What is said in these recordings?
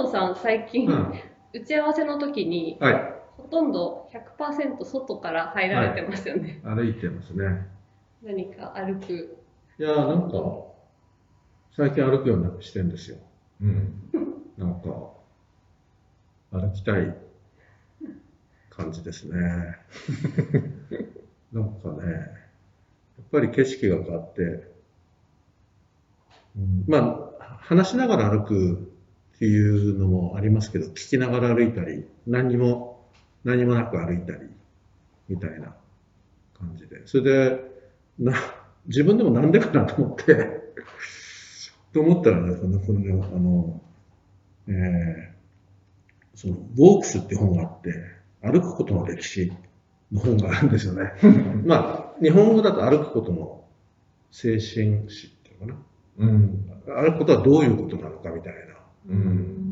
藤さん、最近、 うん。 打ち合わせの時に、 はい。 ほとんど100%外から入らはれてますよね。 い。歩いてますね。 何か歩くいやー、なんか、 最近。 最近歩くようにしてんですよ。 うん。 なんか、歩きたい感じですね。なんかね、やっぱり景色が変わって、まあ、話しながら歩くっていうのもありますけど、聞きながら歩いたり、何もなく歩いたり、みたいな感じで。それで、自分でもなんでかなと思って、と思ったらね、このね、えその、ウォークスっていう本があって、歩くことの歴史の本があるんですよね。まあ、日本語だと歩くことの精神史っていうのかうん。 な。歩くことはどういうことなのかみたいなうん。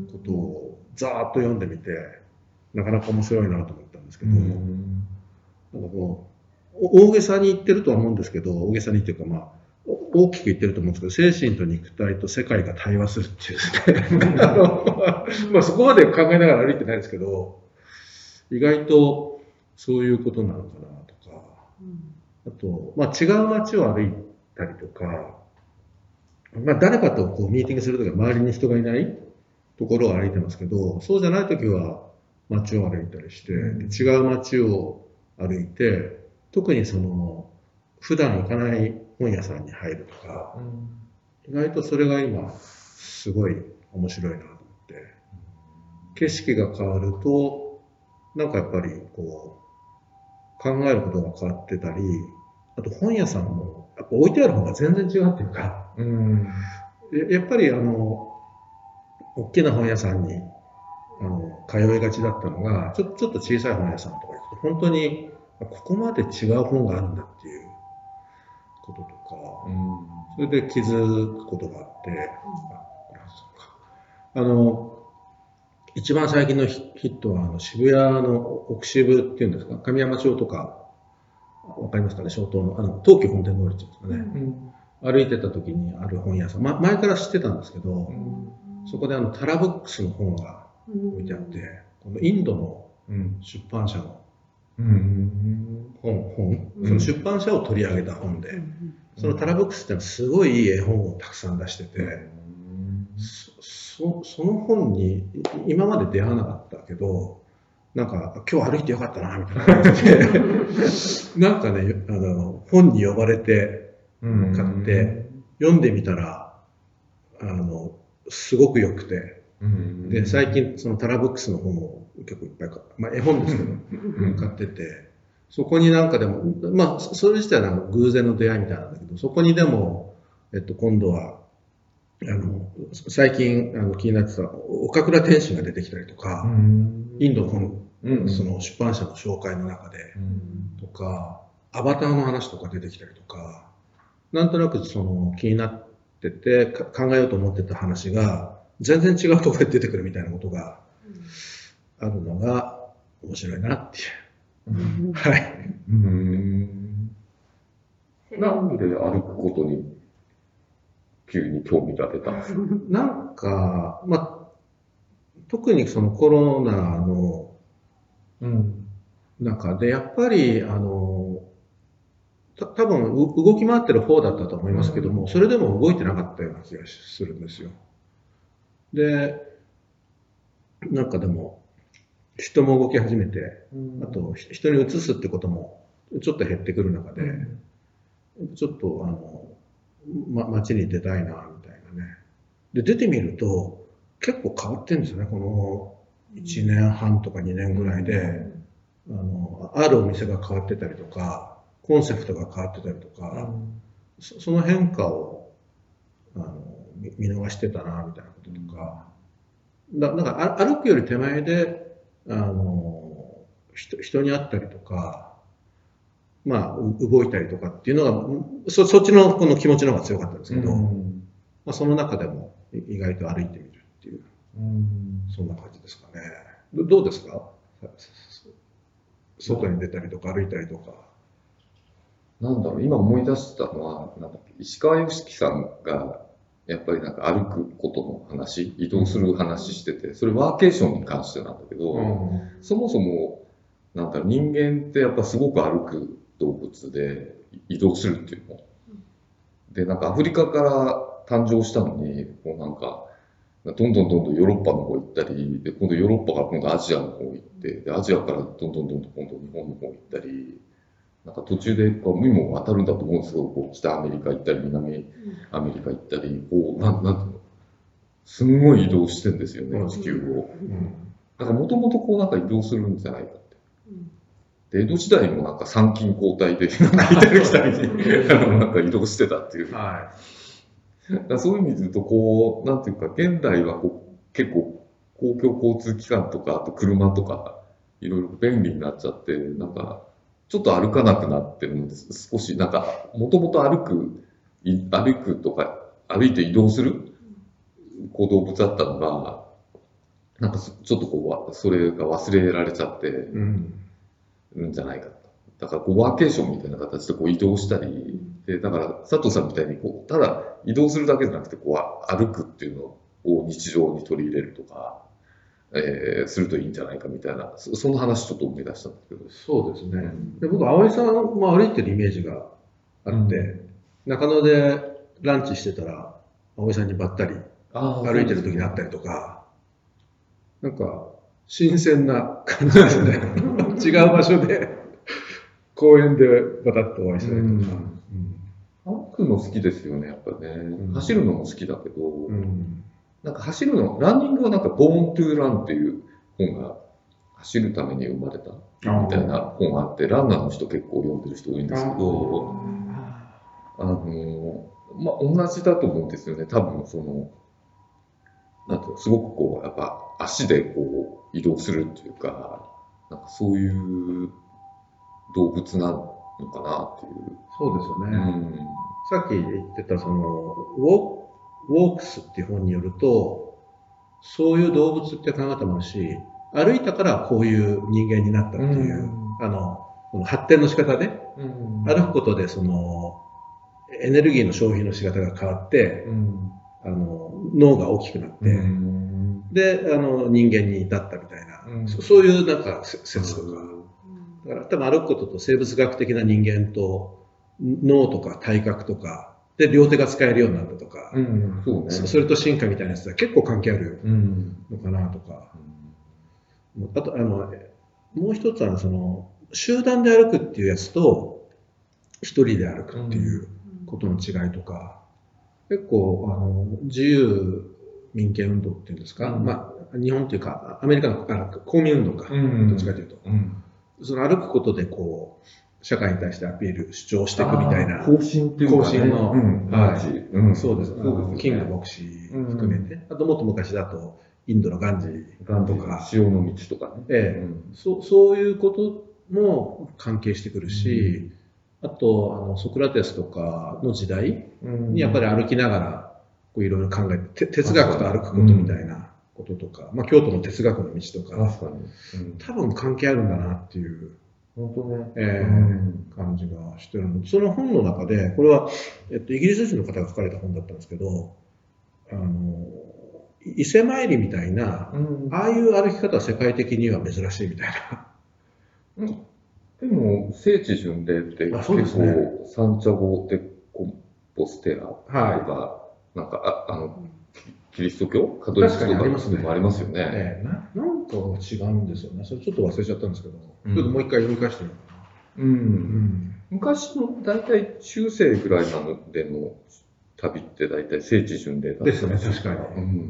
ことをざーっと読んでみて、なかなか面白いなと思ったんですけうど、 ん。 なんかこう、大げさに言ってるとは思うんですけど、大げさにっていうかまあ、大きく言ってると思うんですけど、精神と肉体と世界が対話するっていうですね。まあそこまで考えながら歩いてないですけど、意外とそういうことなのかなとか、あと、まあ違う街を歩いたりとか、まあ誰かとこうミーティングするときは周りに人がいないところを歩いてますけど、そうじゃないときは街を歩いたりして、違う街を歩いて、特にその、普段行かない本屋さんに入るとか、意外とそれが今、すごい面白いなと思って、景色が変わると、なんかやっぱりこう、考えることが変わってたり、あと本屋さんも、やっぱ置いてある本が全然違うっていうか、 うん。 やっぱり大きな本屋さんに通いがちだったのが、ちょっと小さい本屋さんとか行くと、本当に、ここまで違う本があるんだっていうこととか、 うん。 それで気づくことがあって、これはそうか。あの、一番最近のヒットは、渋谷の奥渋っていうんですか、神山町とか、わかりますかね、小東の、東急本店通りっていうんですかね。 うん。 歩いてた時にある本屋さん、前から知ってたんですけど、そこでタラブックスの本が置いてあって、このインドの出版社のうん。 その出版社を取り上げた本で、そのタラブックスってのはすごいいい絵本をたくさん出してて、その本に今まで出会わなかったけど、なんか今日歩いてよかったなみたいな感じでなんかね本に呼ばれて買って読んでみたらすごく良くて、で最近そのタラブックスの本を結構いっぱいまあ、絵本ですけど買ってて、そこになんかでもまあそれ自体は偶然の出会いみたいなんだけど、そこにでも今度は最近気になってた岡倉天心が出てきたりとか、インドのその出版社の紹介の中で、とか、アバターの話とか出てきたりとか、なんとなくその気になってて考えようと思ってた話が全然違うところで出てくるみたいなことがあるのが面白いなっていう。はい。 なんで歩くことに急に興味が出たんですか？ なんか、まあ、特にそのコロナの中で、やっぱり、多分動き回ってる方だったと思いますけども、それでも動いてなかったような気がするんですよ。で、なんかでも、人も動き始めて、あと人に移すってこともちょっと減ってくる中で、ちょっと街に出たいな、みたいなね。で、出てみると、結構変わってるんですよね、この1年半とか2年ぐらいで。あるお店が変わってたりとか、コンセプトが変わってたりとか、その変化を見逃してたなみたいなこととか、だから歩くより手前で人に会ったりとか、まあ、動いたりとかっていうのが、そっちのこの気持ちの方が強かったんですけど、まあ、その中でも意外と歩いてみるっていう、そんな感じですかね。どうですか？外に出たりとか歩いたりとか。 なんだろう、今思い出したのは、なんだっけ、石川良樹さんがやっぱりなんか歩くことの話、移動する話してて、それワーケーションに関してなんだけど、そもそも、なんだろう、人間ってやっぱすごく歩く動物で移動するっていうの。で、なんかアフリカから誕生したのに、こうなんか、どんどんどんどんヨーロッパの方行ったり、で、今度ヨーロッパから今度アジアの方行って、で、アジアからどんどんどんどん今度日本の方行ったり、なんか途中でこう海も渡るんだと思うんですけど、こう北アメリカ行ったり、南アメリカ行ったり、こう、なんていうの、すんごい移動してんですよね、地球を。だからもともとこうなんか移動するんじゃないかって。で、江戸時代もなんか参勤交代で、なんか至る来たりになんか移動してたっていう。 はだからそういう意味で言うと、こう、なんていうか、現代はこう結構公共交通機関とか、あと車とか、いろいろ便利になっちゃって、なんか、ちょっと歩かなくなってるので、少し、なんか、もともと歩くとか、歩いて移動するこう動物だったのが、なんかちょっとこう、それが忘れられちゃってるんじゃないかと。だからこうワーケーションみたいな形でこう移動したり、で、だから佐藤さんみたいにこう、ただ移動するだけじゃなくて、こう歩くっていうのを日常に取り入れるとか、するといいんじゃないかみたいな、その話ちょっと思い出したんですけど。 そうですね。で僕、葵さんも歩いてるイメージがあって、中野でランチしてたら、葵さんにばったり歩いてる時に会ったりとか、なんか新鮮な感じですね。違う場所で公園でバタッとお会いしたりとか。 歩くの好きですよね、やっぱね。走るのも好きだけど、なんか走るの、ランニングはなんか Born to Run っていう本が走るために生まれたみたいな本があって、ランナーの人結構読んでる人多いんですけど、まあ、同じだと思うんですよね。多分その、なんとすごくこう、やっぱ足でこう移動するっていうか、なんかそういう動物なのかなっていう。 そうですよね。さっき言ってたそのウォークスっていう本によると、そういう動物って考え方もあるし、歩いたからこういう人間になったっていう、この発展の仕方で、歩くことでそのエネルギーの消費の仕方が変わって、脳が大きくなって、で人間に至ったみたいな、そういうなんか説とか、だから多分歩くことと生物学的な人間と脳とか体格とかで両手が使えるようになったとか、それと進化みたいなやつは結構関係あるのかなとか、あともう一つはその集団で歩くっていうやつと一人で歩くっていうことの違いとか、結構自由民権運動っていうんですか、まあ日本というかアメリカの公民運動か、どっちかというと、その歩くことでこう社会に対してアピール主張していくみたいな方針っていうか、ね、 の、そうです、キング牧師含めて、あともっと昔だとインドのガンジーとか潮の道とかね、 そういうことも関係してくるし、あとソクラテスとかの時代にやっぱり歩きながらこういろいろ考えて、哲学と歩くことみたいなこととか、まあ、京都の哲学の道とか、多分関係あるんだなっていう。 本当ね、 感じがしてるので、その本の中で、これは、イギリス人の方が書かれた本だったんですけど、伊勢参りみたいな、ああいう歩き方は世界的には珍しいみたいな。 でも、聖地巡礼って結構、サンチャゴ・デ・コンポステラとか、なんか、キリスト教カトリックとかもありますよね。 なんか違うんですよね。それちょっと忘れちゃったんですけど、ちょっともう一回読み返してみようかな。 昔の大体中世ぐらいまでの旅って大体聖地巡礼だったですね、確かに。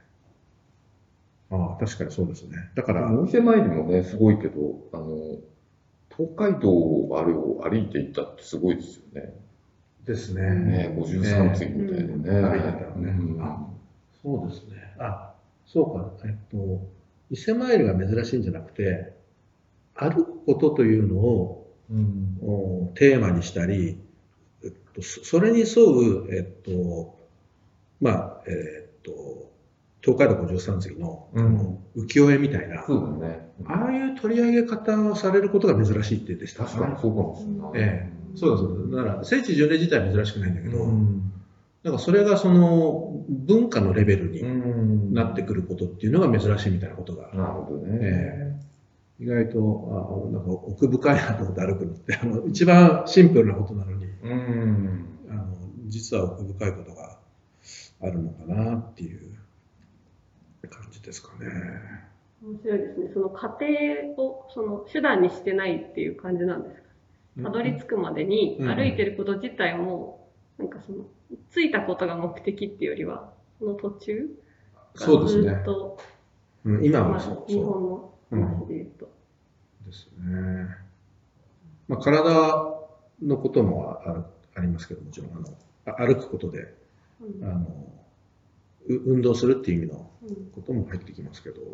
確かにそうですね。だから。 お店参りもね、すごいけど、東海道あれを歩いていったってすごいですよね。 ですね。 53次みたいなね。 歩いてたのね。そうですね。そうか。伊勢参りが珍しいんじゃなくて、歩くことというのを、テーマにしたり、それに沿う、東海道53次の浮世絵みたいな、ああいう取り上げ方をされることが珍しいってでしたね。 確かにそうかもしれない。 そうです。だから聖地巡礼自体は珍しくないんだけど、 なんかそれがその文化のレベルにんなってくることっていうのが珍しいみたいなことが、 なるほどね。 意外となんか奥深いなと思って歩くのって一番シンプルなことなのに実は奥深いことがあるのかなっていう感じですかね。 面白いですね。その過程をその手段にしてないっていう感じなんですか。たどり着くまでに歩いてること自体もなんかその着いたことが目的っていうよりはその途中がずっと、 今もそう日本の話で言うと、 ですね。まあ、体のこともありますけど、もちろん歩くことで、運動するっていう意味のことも入ってきますけど、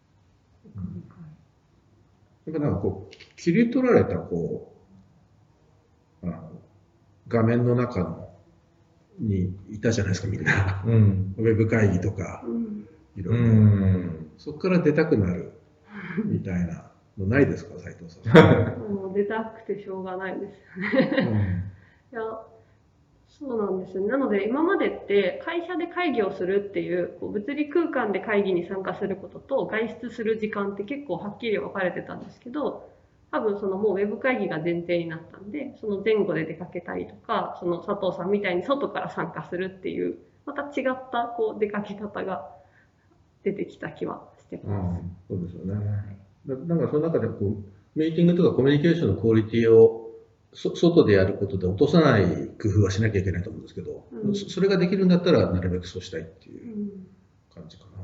やっぱなんかこう切り取られたこう画面の中にいたじゃないですか、みんな。ウェブ会議とか、いろいろ。そこから出たくなるみたいなのないですか、斉藤さん。 もう出たくてしょうがないですよね。いや、そうなんですよね。なので今までって会社で会議をするっていう物理空間で会議に参加することと外出する時間って結構はっきり分かれてたんですけど、多分そのもうウェブ会議が前提になったんで、その前後で出かけたりとか、その佐藤さんみたいに外から参加するっていうまた違った出かけ方が出てきた気はしてます。 そうですよね。なんかその中でミーティングとかコミュニケーションのクオリティを外でやることで落とさない工夫はしなきゃいけないと思うんですけど、それができるんだったらなるべくそうしたいっていう感じかな。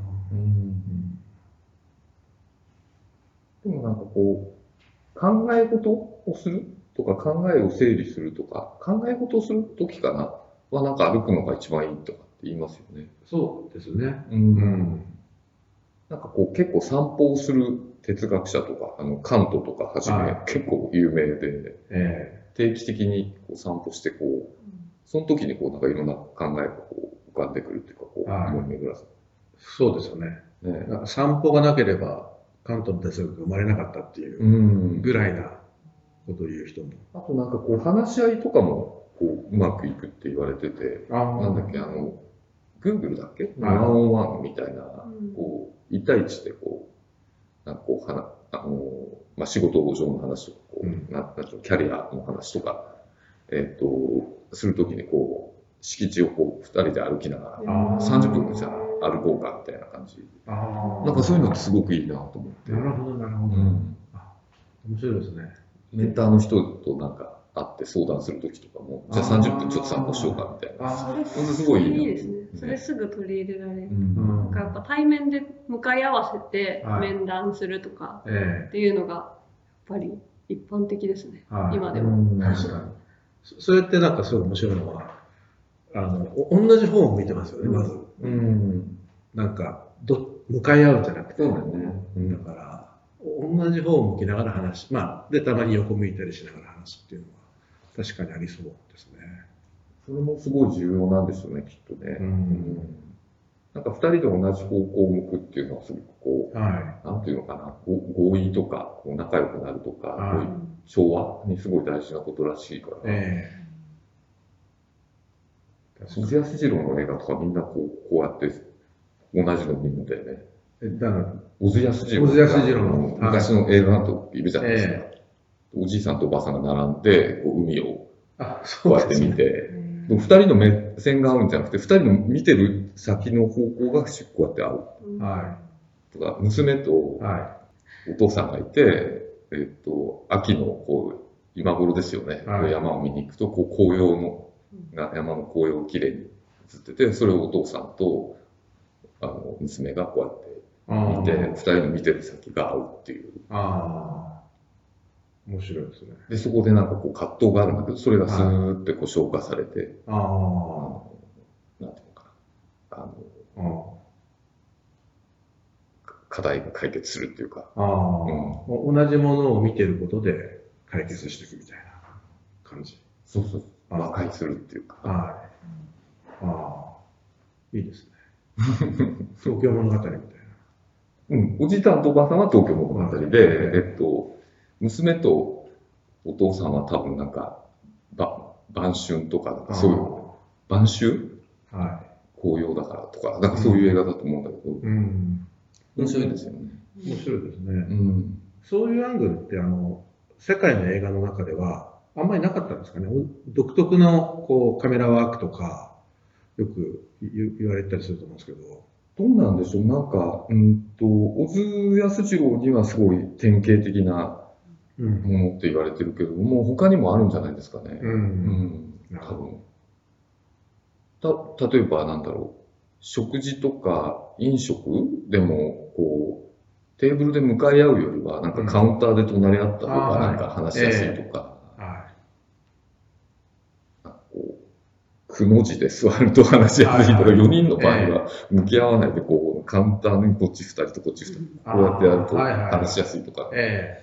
でもなんかこう、考え事をするとか考えを整理するとか、考え事をするときかなはなんか歩くのが一番いいとかって言いますよね。 そうですね。 なんかこう結構散歩をする哲学者とか、カントとかはじめ、結構有名で、定期的に散歩してその時になんかいろんな考えが浮かんでくるっていうか、思い巡らす。 そうですよね。散歩がなければカントの哲学が生まれなかったっていうぐらいなことを言う人も。 あとなんか話し合いとかもうまくいくって言われてて、なんだっけ、Google だっけ、ワンオンワンみたいな、1対1でなんか仕事上の話とか、キャリアの話とか、するときに敷地を2人で歩きながら、30分じゃあ歩こうかみたいな感じ。なんかそういうのってすごくいいなと思って。 なるほど、なるほど。面白いですね。 メンターの人となんか会って相談するときとかも、じゃあ30分ちょっと散歩しようかみたいな。 それすごいいいですね。それすぐ取り入れられる。なんかやっぱ対面で向かい合わせて面談するとかっていうのがやっぱり一般的ですね。今でも。 確かに。それってなんかすごい面白いのは、同じ方を向いてますよね、まず。なんか向かい合うんじゃなくて。だから、同じ方を向きながら話で、たまに横向いたりしながら話すっていうのは、確かにありそうですね。 それもすごい重要なんでしょうね、きっとね。なんか2人で同じ方向を向くっていうのはすごくなんていうのかな、合意とか、仲良くなるとか、調和にすごい大事なことらしいから。小津安二郎の映画とかみんなこうやって同じの見るんだよね。小津安二郎の昔の映画といるじゃないですか。おじいさんとおばあさんが並んで、海をこうやって見て、2人の目線が合うんじゃなくて、2人の見てる先の方向がこうやって合う。とか、娘とお父さんがいて、秋の今頃ですよね、山を見に行くと、紅葉の、山の紅葉をきれいに映ってて、それをお父さんと娘がこうやって見て、2人の見てる先が合うっていう。 面白いですね。 で、そこでなんか葛藤があるんだけど、それがスーって消化されて、なんていうのかな、課題が解決するっていうか。 同じものを見てることで解決していくみたいな感じ。 そうそう。和解するっていうか。 いいですね。東京物語みたいな。 おじいさんとおばあさんは東京物語で、娘とお父さんは多分なんか、晩春とか、そういう、晩秋は紅葉だからとか、なんかそういう映画だと思うんだけど、 い。うん。 面白いですよね。 面白いですね。 うん。 そういうアングルって世界の映画の中ではあんまりなかったんですかね。独特のこうカメラワークとかよく言われたりすると思うんですけど。 どうなんでしょう、なんか、小津安二郎にはすごい典型的なうん。 ものって言われてるけども、他にもあるんじゃないですかね。 うん多分。例えばなんだろう、食事とか飲食でも、こう、テーブルで向かい合うよりは、なんかカウンターで隣り合った方がなんか話しやすいとか、 はこう、くの字で座ると話しやすいとか、4人の場合は向き合わないで、こう、カウンターにこっち2人とこっち2人、こうやってやると話しやすいとか、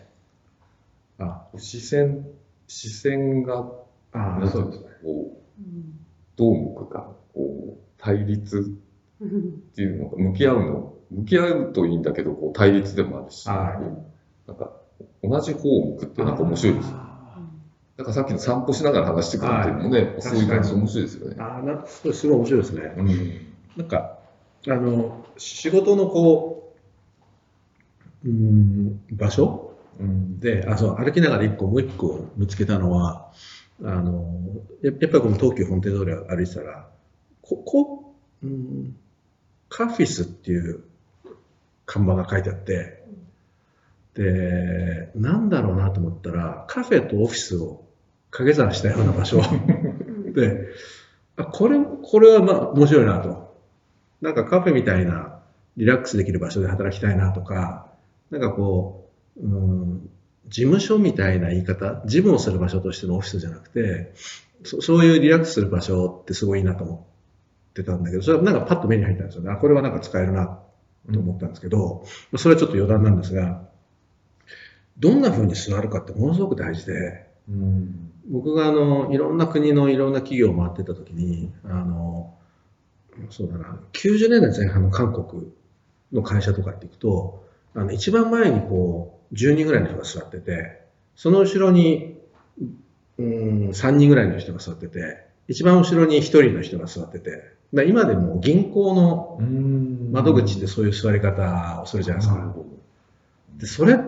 視線が、 そうですね。 こう、どう向くか、こう、対立っていうのが、向き合うといいんだけど、こう対立でもあるし、なんか、同じ方を向くってなんか面白いですよ。だからさっきの散歩しながら話してくるっていうのもね、そういう感じで面白いですよね。 すごい面白いですね。なんか、仕事のこう、場所で、そう、歩きながらもう一個見つけたのは、やっぱりこの東急本店通りを歩いてたら、カフィスっていう看板が書いてあって、で、なんだろうなと思ったら、カフェとオフィスを掛け算したような場所で、これはまあ面白いなと。なんかカフェみたいなリラックスできる場所で働きたいなとか、なんかこう、事務所みたいな言い方、事務をする場所としてのオフィスじゃなくて、そういうリラックスする場所ってすごいいいなと思ってたんだけど、それはなんかパッと目に入ったんですよね。これはなんか使えるなと思ったんですけど、それはちょっと余談なんですが、どんな風に座るかってものすごく大事で、僕がいろんな国のいろんな企業を回ってた時に、そうだな、90年代前半の韓国の会社とかって行くと、一番前にこう、10人ぐらいの人が座ってて、その後ろに、3人ぐらいの人が座ってて、一番後ろに1人の人が座ってて、今でも銀行の窓口でそういう座り方をするじゃないですか。で、それって、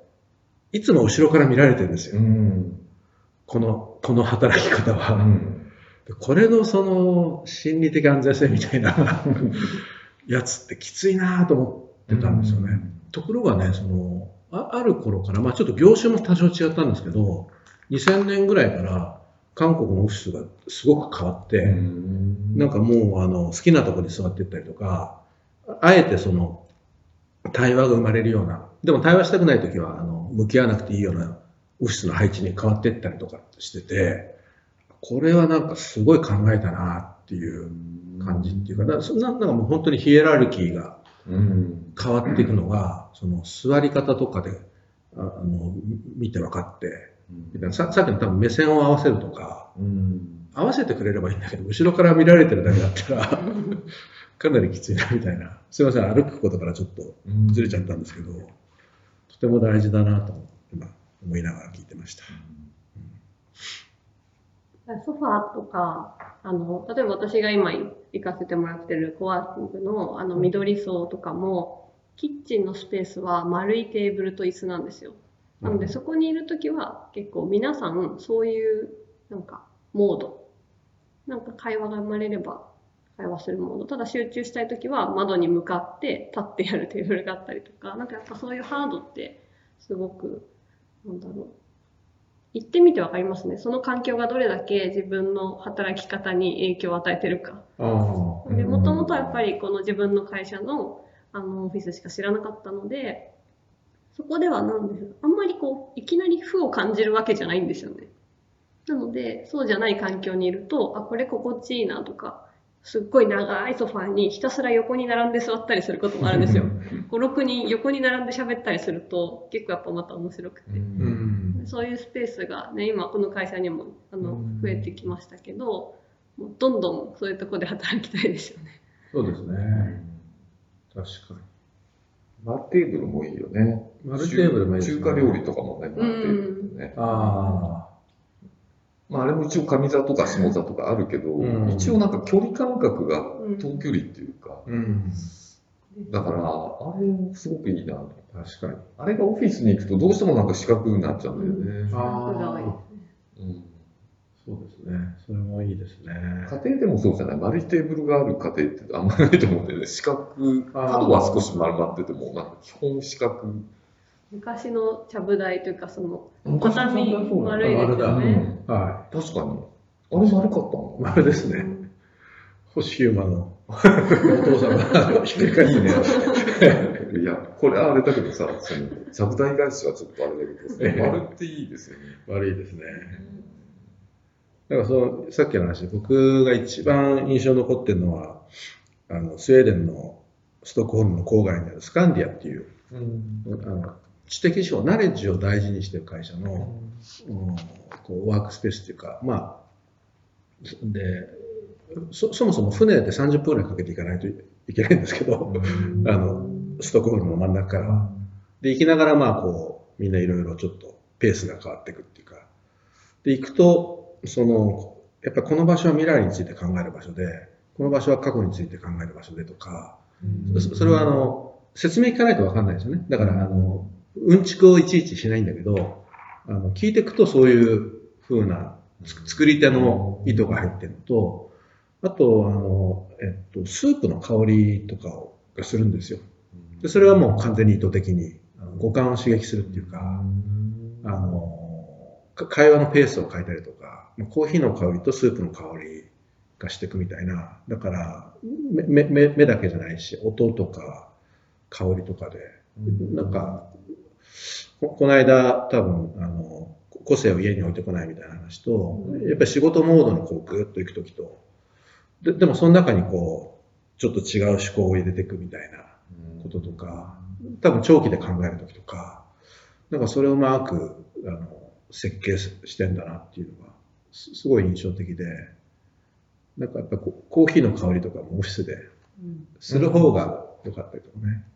いつも後ろから見られてるんですよ。この働き方は。これのその心理的安全性みたいなやつってきついなと思ってたんですよね。ところがね、ある頃から、まあちょっと業種も多少違ったんですけど、2000年ぐらいから韓国のオフィスがすごく変わって、なんかもう好きなところに座っていったりとか、あえて対話が生まれるような、でも対話したくないときは向き合わなくていいようなオフィスの配置に変わっていったりとかしてて、これはなんかすごい考えたなっていう感じっていうか、なんかもう本当にヒエラルキーが変わっていくのが、その座り方とかで見て分かって、さっきの多分目線を合わせるとか、合わせてくれればいいんだけど、後ろから見られてるだけだったらかなりきついなみたいな。すいません、歩くことからちょっとずれちゃったんですけど、とても大事だなと今思いながら聞いてました。 ソファーとか、例えば私が今行かせてもらってるコワーキングの緑層とかも、キッチンのスペースは丸いテーブルと椅子なんですよ。なのでそこにいるときは結構皆さんそういうなんかモード、なんか会話が生まれれば会話するモード、ただ集中したいときは窓に向かって立ってやるテーブルがあったりとか、なんかやっぱそういうハードってすごく、なんだろう、行ってみて分かりますね。その環境がどれだけ自分の働き方に影響を与えてるか。で、もともとやっぱりこの自分の会社のオフィスしか知らなかったので、そこではなんですあんまりこういきなり負を感じるわけじゃないんですよね。なのでそうじゃない環境にいると、これ心地いいなとか、すっごい長いソファーにひたすら横に並んで座ったりすることもあるんですよ。5、6人横に並んで喋ったりすると結構やっぱまた面白くて、そういうスペースがね、今この会社にも増えてきましたけど、もうどんどんそういうところで働きたいですよね。 そうですね。確かに。 丸テーブルもいいよね。 丸テーブルもいいですね。 中華料理とかもね、丸テーブルね。 まあ、あれも一応上座とか下座とかあるけど、一応なんか距離感覚が遠距離っていうか、だから、あれすごくいいなと。 確かに。 あれがオフィスに行くとどうしてもなんか四角になっちゃうんだよね。 そうですね。それもいいですね。 家庭でもそうじゃない。丸いテーブルがある家庭ってあんまりないと思うんだよね。四角、角は少し丸まってても、なんか基本四角。 昔のちゃぶ台というか、その、畳丸いですよね。 はい。 確かに。あれ丸かったの？ 丸ですね。星ヒューマのお父さんがひっくり返すね。いや、これあれだけどさ、その、ちゃぶ台返しはちょっとあれだけど、丸っていいですよね。 悪いですね。だからさっきの話、僕が一番印象に残ってるのは、スウェーデンのストックホルムの郊外にあるスカンディアっていう、知的資本、ナレッジを大事にしている会社の、こうワークスペースっていうか、まあ、で、そもそも船で30分ぐらいかけていかないといけないんですけど、ストックホルムの真ん中からは。で、行きながら、まあ、こう、みんないろいろちょっとペースが変わっていくっていうか、で、行くと、やっぱりこの場所は未来について考える場所で、この場所は過去について考える場所でとか、それは説明聞かないと分かんないですよね。だから、うんちくをいちいちしないんだけど、聞いていくとそういう風な作り手の意図が入ってるのと、あと、スープの香りとかがするんですよ。で、それはもう完全に意図的に五感を刺激するっていうか、会話のペースを変えたりとか、コーヒーの香りとスープの香りがしていくみたいな。だから、目だけじゃないし、音とか香りとかで、なんか、この間多分、個性を家に置いてこないみたいな話と、やっぱり仕事モードにこうグッと行くときと、でもその中にこう、ちょっと違う思考を入れていくみたいなこととか、多分長期で考えるときとか、なんかそれをうまく、設計してんだなっていうのがすごい印象的で、なんかやっぱコーヒーの香りとかもオフィスでする方が良かったりとかね、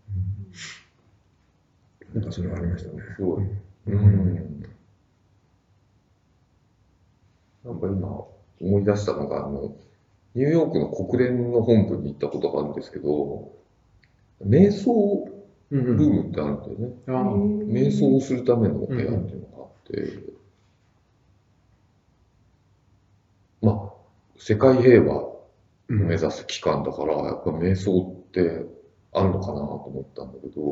なんかそれはありましたね。 すごい。なんか今思い出したのがニューヨークの国連の本部に行ったことがあるんですけど、瞑想ルームってあるんだよね。瞑想をするための部屋っていうのがあって、まあ、世界平和を目指す機関だから、やっぱ瞑想ってあるのかなと思ったんだけど、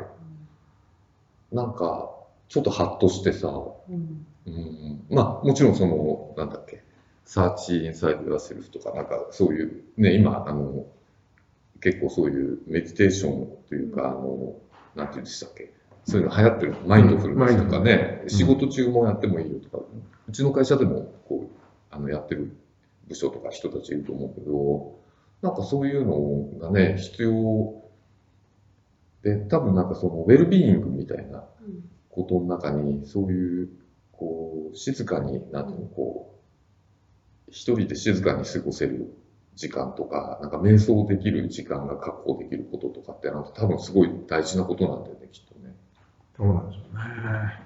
なんか、ちょっとハッとしてさ、まあ、もちろんなんだっけ、サーチインサイドヨアセルフとか、なんかそういう、ね、今、結構そういうメディテーションというか、なんていうんでしたっけ、そういうの流行ってる、マインドフルネスとかね、仕事中もやってもいいよとか、うちの会社でもこう、やってる部署とか人たちいると思うけど、なんかそういうのがね、必要で、多分なんかそのウェルビーイングみたいなことの中に、そういう、こう、静かに、なんていうの、こう、一人で静かに過ごせる時間とか、なんか瞑想できる時間が確保できることとかって多分すごい大事なことなんだよね、きっとね。 そうなんですよね。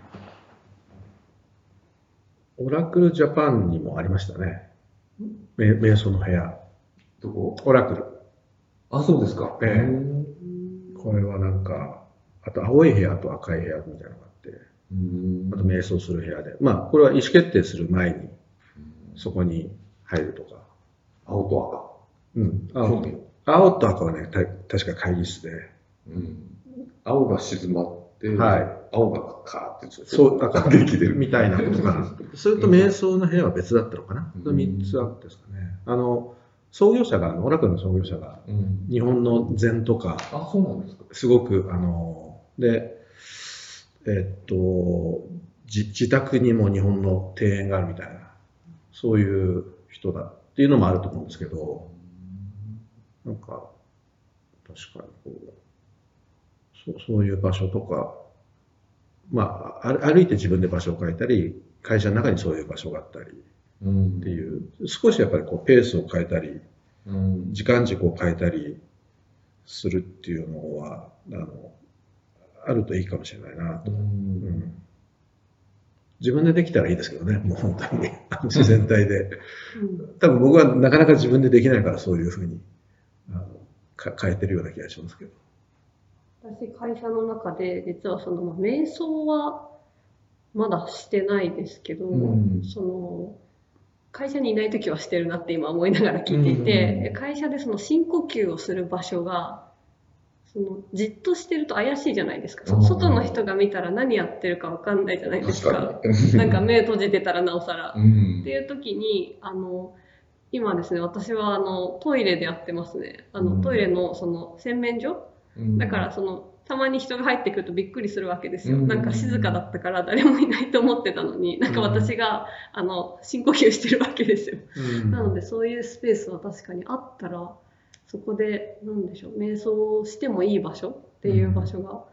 オラクルジャパンにもありましたね。瞑想の部屋。 どこ？ オラクル。 あ、そうですか。 これはなんか、あと青い部屋と赤い部屋みたいなのがあって、あと瞑想する部屋で。まあ、これは意思決定する前に、そこに入るとか。 青と赤。青と赤はね、確か会議室で。 青が静まって、青がカーってちょっとそう、赤激出るみたいなことかな。それと瞑想の部屋は別だったのかな。3つあったんですかね。創業者が、オラクルの創業者が、日本の禅とか、 そうなんですか。 すごく、で、自宅にも日本の庭園があるみたいな、そういう人だっていうのもあると思うんですけど、なんか、確かにこう、そういう場所とか、まあ、歩いて自分で場所を変えたり、会社の中にそういう場所があったりっていう、少しやっぱりこうペースを変えたり、時間軸を変えたりするっていうのは、あるといいかもしれないなと。 自分でできたらいいですけどね、もう本当に自然体で。 うん多分僕はなかなか自分でできないからそういうふうに変えてるような気がしますけど。 私、会社の中で、実は瞑想はまだしてないですけど、 うん会社にいない時はしてるなって今思いながら聞いていて、会社で深呼吸をする場所が、じっとしてると怪しいじゃないですか。外の人が見たら何やってるかわかんないじゃないですか。 確かになんか目閉じてたらなおさら。 うんっていう時に、今ですね、私はトイレでやってますね。トイレの洗面所だからたまに人が入ってくるとびっくりするわけですよ。なんか静かだったから誰もいないと思ってたのに、なんか私が深呼吸してるわけですよ。なのでそういうスペースは確かにあったら、そこでなんでしょう、瞑想してもいい場所っていう場所が、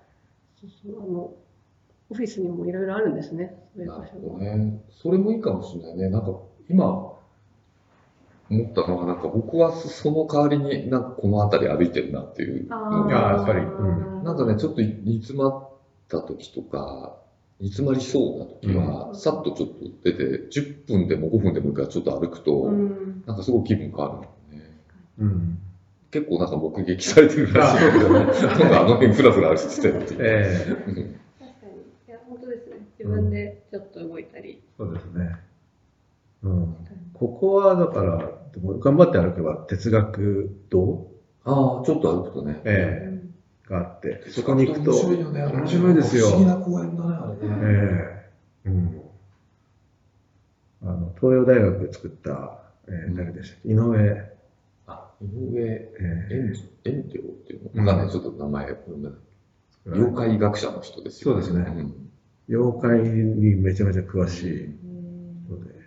オフィスにもいろいろあるんですね。そういうなる場所が。 ほどね。それもいいかもしれないね。なんか今思ったのは、なんか僕はその代わりになんかこの辺り歩いてるなっていうのあが、 やっぱりなんかね、ちょっと煮詰まった時とか、煮詰まりそうな時は、さっとちょっと出て、10分でも5分でもいいからちょっと歩くと、なんかすごい気分変わるんだよね。 うん結構なんか目撃されてるらしいけどね。なんかあの辺フラフラ歩いてたよっていう。 確かに。いや、本当ですね。自分でちょっと動いたり。 そうですね。ここはだから、でも頑張って歩けば哲学堂、 ああ、ちょっと歩くとね。 があって、そこに行くと、 面白いよね。 面白いですよ。 不思議な公園だね、あれね。 東洋大学で作った、誰でしたっけ、井上。 井上円良っていうのわかんない、ちょっと名前読めない。妖怪学者の人ですよね。 そうですね。妖怪にめちゃめちゃ詳しいので、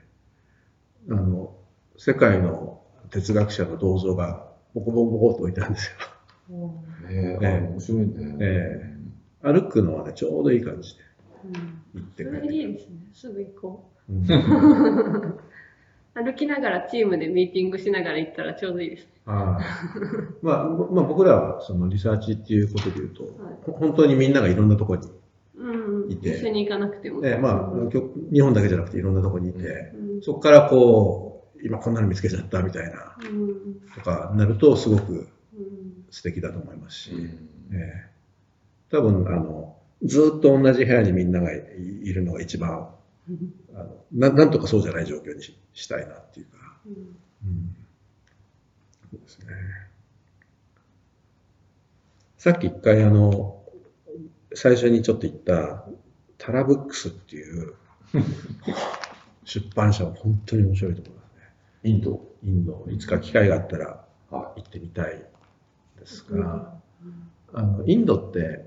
世界の哲学者の銅像がボコボコボコっと置いてあるんですよ。 面白いね。 歩くのはね、ちょうどいい感じで行ってそ帰ってれいいですね。すぐ行こう。歩きながらチームでミーティングしながら行ったらちょうどいいですね。 まあ僕らはそのリサーチっていうことで言うと、本当にみんながいろんなところにいて、 一緒に行かなくても。 日本だけじゃなくていろんなところにいて、そこからこう、今こんなの見つけちゃったみたいな、とかなるとすごく素敵だと思いますし、多分ずっと同じ部屋にみんながいるのが一番、なんとかそうじゃない状況にしたいなっていうか、そうですね。さっき一回最初にちょっと言ったタラブックスっていう出版社は本当に面白いところですね。インド、いつか機会があったら行ってみたいですが、インドって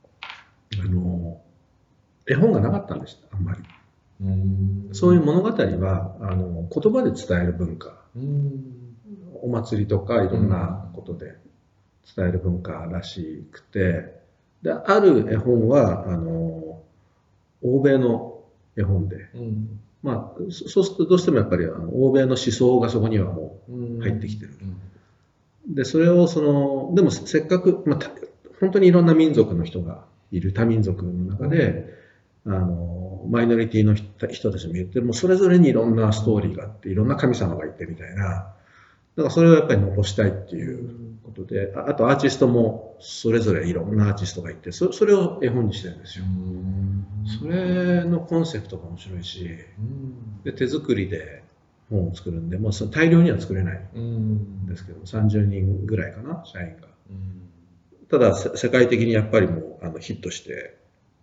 絵本がなかったんでした、あんまり。そういう物語は言葉で伝える文化、お祭りとかいろんなことで伝える文化らしくて、である絵本は欧米の絵本で、そうするとどうしてもやっぱり欧米の思想がそこにはもう入ってきてる。でそれをでもせっかく、本当にいろんな民族の人がいる多民族の中で、マイノリティの人たちも言ってもそれぞれにいろんなストーリーがあっていろんな神様がいてみたいな、だからそれをやっぱり残したいっていうことで、あとアーティストもそれぞれいろんなアーティストがいて、それを絵本にしてるんですよ。それのコンセプトが面白いし、で手作りで本を作るんで、大量には作れないんですけど、30人ぐらいかな、社員が。ただ世界的にやっぱりもうヒットして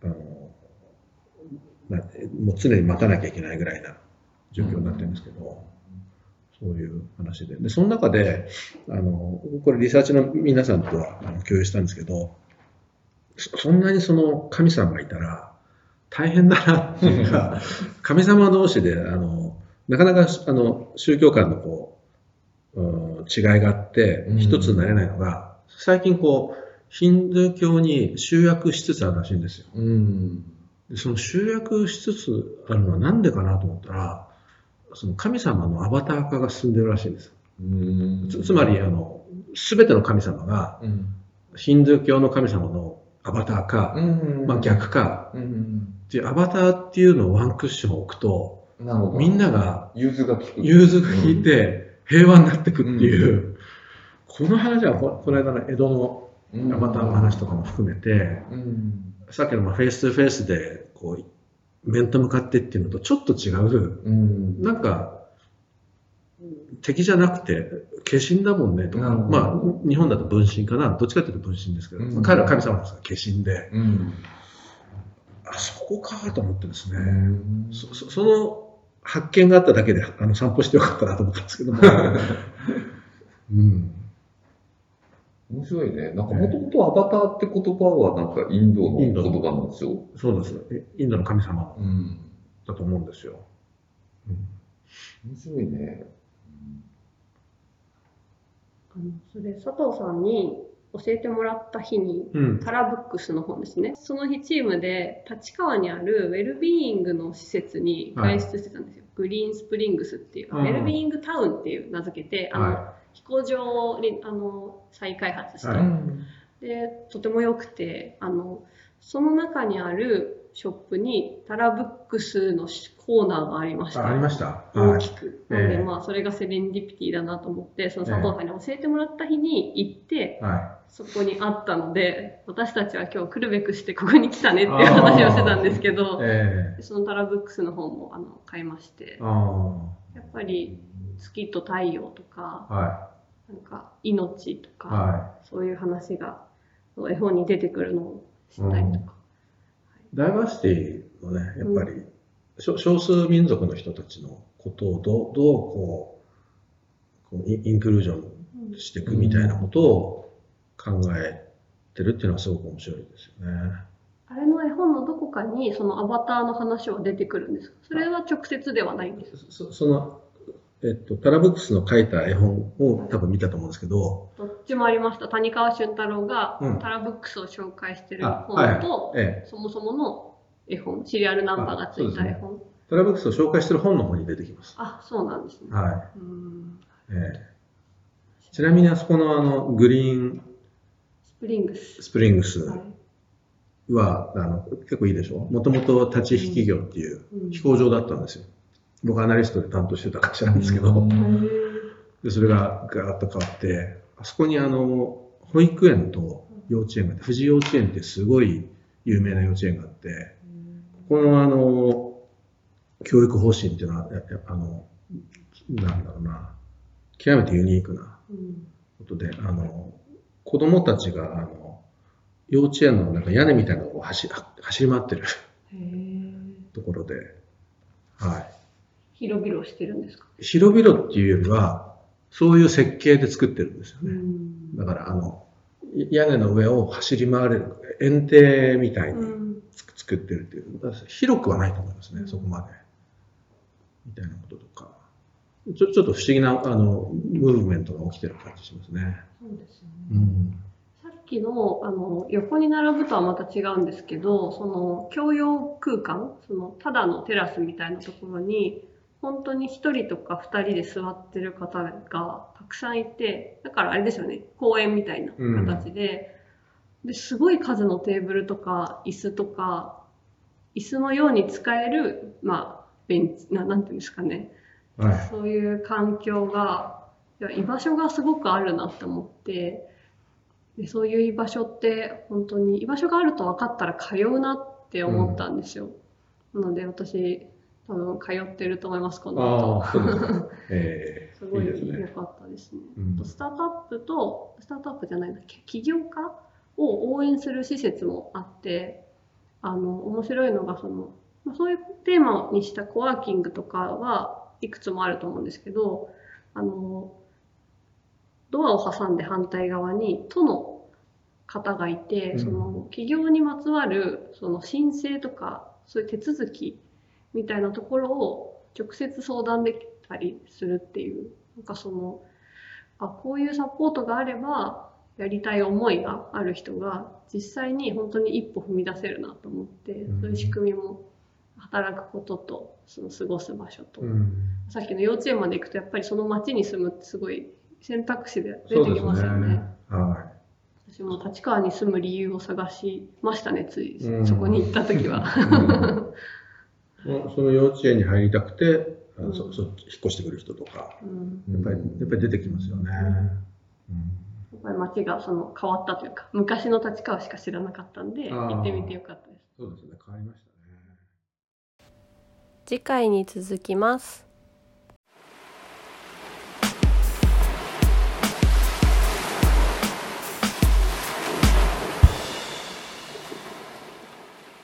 もう常に待たなきゃいけないぐらいな状況になってるんですけど、そういう話で。その中で、これリサーチの皆さんとは共有したんですけど、そんなにその神様がいたら大変だなっていうか、神様同士で、なかなか宗教間の違いがあって、一つになれないのが、最近ヒンドゥー教に集約しつつあるらしいんですよ。その集約しつつあるのはなんでかなと思ったら、その神様のアバター化が進んでるらしいんです。つまり全ての神様が、ヒンドゥー教の神様のアバターか、 うんまあ、逆かうんっていうアバターっていうのをワンクッション置くと、 なるほど。 みんなが融通が利く。 融通が利いて平和になっていくっていう、この話はこの間の江戸のアバターの話とかも含めて、さっきのフェイス2フェイスでこう面と向かってっていうのとちょっと違う、なんか敵じゃなくて化身だもんねとか、まあ日本だと分身かな、どっちかというと分身ですけど、彼らは神様ですから化身で、あそこかと思ってですね、その発見があっただけで散歩してよかったなと思ったんですけども、 面白いね。なんかもともとアバターって言葉はなんかインドの言葉なんですよ。 そうです。インドの神様だと思うんですよ。 面白いね。 それ佐藤さんに教えてもらった日に、タラブックスの本ですね。その日チームで立川にあるウェルビーイングの施設に外出してたんですよ。グリーンスプリングスっていう、ウェルビーイングタウンっていう名付けて、飛行場を再開発した。で、とても良くて、その中にあるショップにタラブックスのコーナーがありました。 ありました。 大きく。なので、まあ、それがセレンディピティだなと思って、その佐藤さんに教えてもらった日に行って、そこにあったので、私たちは今日来るべくしてここに来たねっていう話をしてたんですけど、そのタラブックスの本も買いまして、やっぱり月と太陽とか、なんか命とか、そういう話が絵本に出てくるのを知ったりとか。 ダイバーシティのね、やっぱり、少数民族の人たちのことをどうこうインクルージョンしていくみたいなことを考えてるっていうのはすごく面白いですよね。 あれの絵本のどこかにそのアバターの話は出てくるんですか？それは直接ではないんですか？ そのタラブックスの書いた絵本を多分見たと思うんですけど、 どっちもありました。谷川俊太郎がタラブックスを紹介してる本と、そもそもの絵本、シリアルナンバーがついた絵本。 タラブックスを紹介してる本の方に出てきます。 あ、そうなんですね。 ちなみにあそこのグリーンスプリングスは結構いいでしょ。もともと立ち引き業っていう飛行場だったんですよ。僕アナリストで担当してた会社なんですけど、でそれがガーッと変わって、あそこに保育園と幼稚園があって、富士幼稚園ってすごい有名な幼稚園があって、ここの教育方針っていうのはなんだろうな、極めてユニークなことで、子供たちが幼稚園のなんか屋根みたいなのを走り回ってるところで、 広々してるんですか？ 広々っていうよりは、そういう設計で作ってるんですよね。だから屋根の上を走り回れる園庭みたいに作ってるっていう、広くはないと思いますね、そこまで。みたいなこととか。ちょっと不思議なムーブメントが起きてる感じしますね。 そうですよね。さっきの横に並ぶとはまた違うんですけど、その共用空間、そのただのテラスみたいなところに本当に1人とか2人で座ってる方がたくさんいて、だからあれですよね、公園みたいな形で、ですごい数のテーブルとか椅子とか、椅子のように使える、まあベンチなんていうんですかね、そういう環境が、居場所がすごくあるなって思って、でそういう居場所って本当に居場所があると分かったら通うなって思ったんですよ。なので私多分通ってると思います、この後。すごい良かったですね。スタートアップじゃないんだっけ、起業家を応援する施設もあって、面白いのがそういうテーマにしたコワーキングとかはいくつもあると思うんですけど、ドアを挟んで反対側に都の方がいて、その起業にまつわるその申請とかそういう手続きみたいなところを直接相談できたりするっていう、なんかこういうサポートがあればやりたい思いがある人が実際に本当に一歩踏み出せるなと思って、そういう仕組みも働くこととその過ごす場所と、さっきの幼稚園まで行くとやっぱりその町に住むってすごい選択肢で出てきますよね。私私も立川に住む理由を探しましたね、つい、 うんそこに行った時は。 その幼稚園に入りたくて、引っ越してくる人とか、やっぱり出てきますよね。 やっぱり街が変わったというか、昔の立川しか知らなかったんで、行ってみてよかったです。 そうですね、変わりましたね。 次回に続きます。